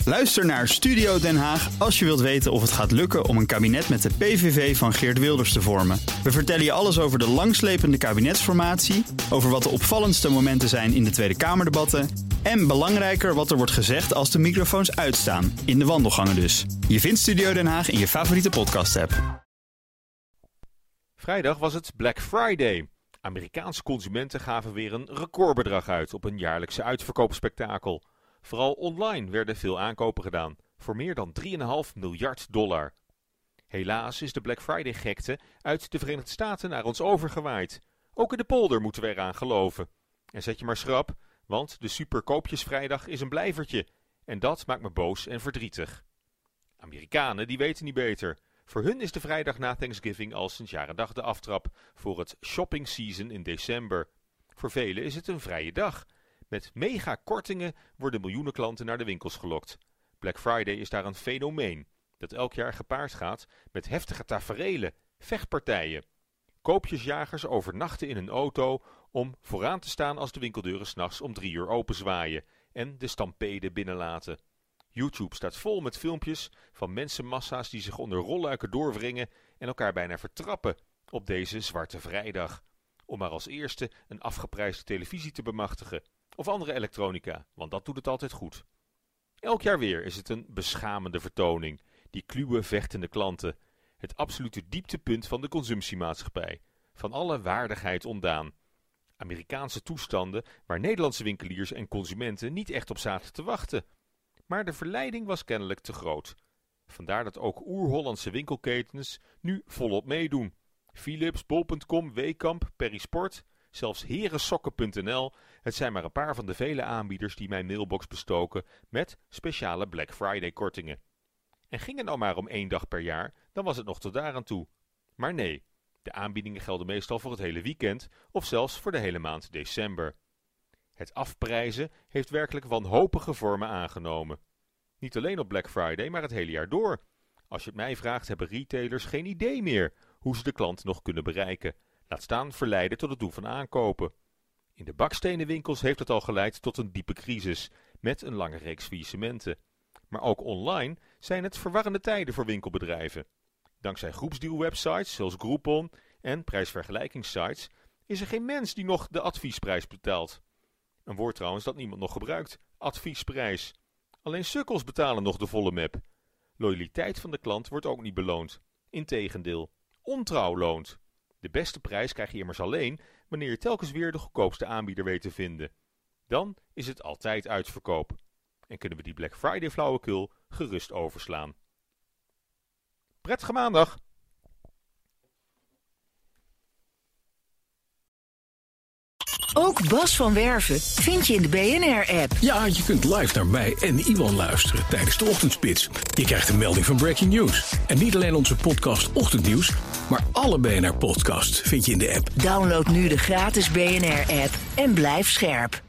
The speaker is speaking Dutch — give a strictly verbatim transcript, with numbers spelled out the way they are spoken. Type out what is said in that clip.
Luister naar Studio Den Haag als je wilt weten of het gaat lukken om een kabinet met de P V V van Geert Wilders te vormen. We vertellen je alles over de langslepende kabinetsformatie, over wat de opvallendste momenten zijn in de Tweede Kamerdebatten en belangrijker wat er wordt gezegd als de microfoons uitstaan, in de wandelgangen dus. Je vindt Studio Den Haag in je favoriete podcast-app. Vrijdag was het Black Friday. Amerikaanse consumenten gaven weer een recordbedrag uit op een jaarlijkse uitverkoopspektakel. Vooral online werden veel aankopen gedaan, voor meer dan drie komma vijf miljard dollar. Helaas is de Black Friday-gekte uit de Verenigde Staten naar ons overgewaaid. Ook in de polder moeten we eraan geloven. En zet je maar schrap, want de superkoopjesvrijdag is een blijvertje. En dat maakt me boos en verdrietig. Amerikanen die weten niet beter. Voor hun is de vrijdag na Thanksgiving al sinds jaren dag de aftrap voor het shopping season in december. Voor velen is het een vrije dag. Met megakortingen worden miljoenen klanten naar de winkels gelokt. Black Friday is daar een fenomeen dat elk jaar gepaard gaat met heftige taferelen, vechtpartijen. Koopjesjagers overnachten in een auto om vooraan te staan als de winkeldeuren 's nachts om drie uur openzwaaien en de stampede binnenlaten. YouTube staat vol met filmpjes van mensenmassa's die zich onder rolluiken doorwringen en elkaar bijna vertrappen op deze zwarte vrijdag. Om maar als eerste een afgeprijsde televisie te bemachtigen. Of andere elektronica, want dat doet het altijd goed. Elk jaar weer is het een beschamende vertoning. Die kluwe vechtende klanten. Het absolute dieptepunt van de consumptiemaatschappij. Van alle waardigheid ontdaan. Amerikaanse toestanden waar Nederlandse winkeliers en consumenten niet echt op zaten te wachten. Maar de verleiding was kennelijk te groot. Vandaar dat ook oer-Hollandse winkelketens nu volop meedoen. Philips, bol punt com, Weekamp, Perisport, zelfs herensokken punt n l. Het zijn maar een paar van de vele aanbieders die mijn mailbox bestoken met speciale Black Friday kortingen. En ging het nou maar om één dag per jaar, dan was het nog tot daaraan toe. Maar nee, de aanbiedingen gelden meestal voor het hele weekend of zelfs voor de hele maand december. Het afprijzen heeft werkelijk wanhopige vormen aangenomen. Niet alleen op Black Friday, maar het hele jaar door. Als je het mij vraagt, hebben retailers geen idee meer hoe ze de klant nog kunnen bereiken. Laat staan verleiden tot het doen van aankopen. In de bakstenenwinkels heeft het al geleid tot een diepe crisis, met een lange reeks faillissementen. Maar ook online zijn het verwarrende tijden voor winkelbedrijven. Dankzij groepsdealwebsites zoals Groupon en prijsvergelijkingssites is er geen mens die nog de adviesprijs betaalt. Een woord trouwens dat niemand nog gebruikt, adviesprijs. Alleen sukkels betalen nog de volle map. Loyaliteit van de klant wordt ook niet beloond. Integendeel, ontrouw loont. De beste prijs krijg je immers alleen wanneer je telkens weer de goedkoopste aanbieder weet te vinden. Dan is het altijd uitverkoop. En kunnen we die Black Friday flauwekul gerust overslaan. Prettige maandag! Ook Bas van Werven vind je in de B N R-app. Ja, je kunt live naar mij en Iwan luisteren tijdens de ochtendspits. Je krijgt een melding van Breaking News. En niet alleen onze podcast Ochtendnieuws, maar alle B N R-podcasts vind je in de app. Download nu de gratis B N R-app en blijf scherp.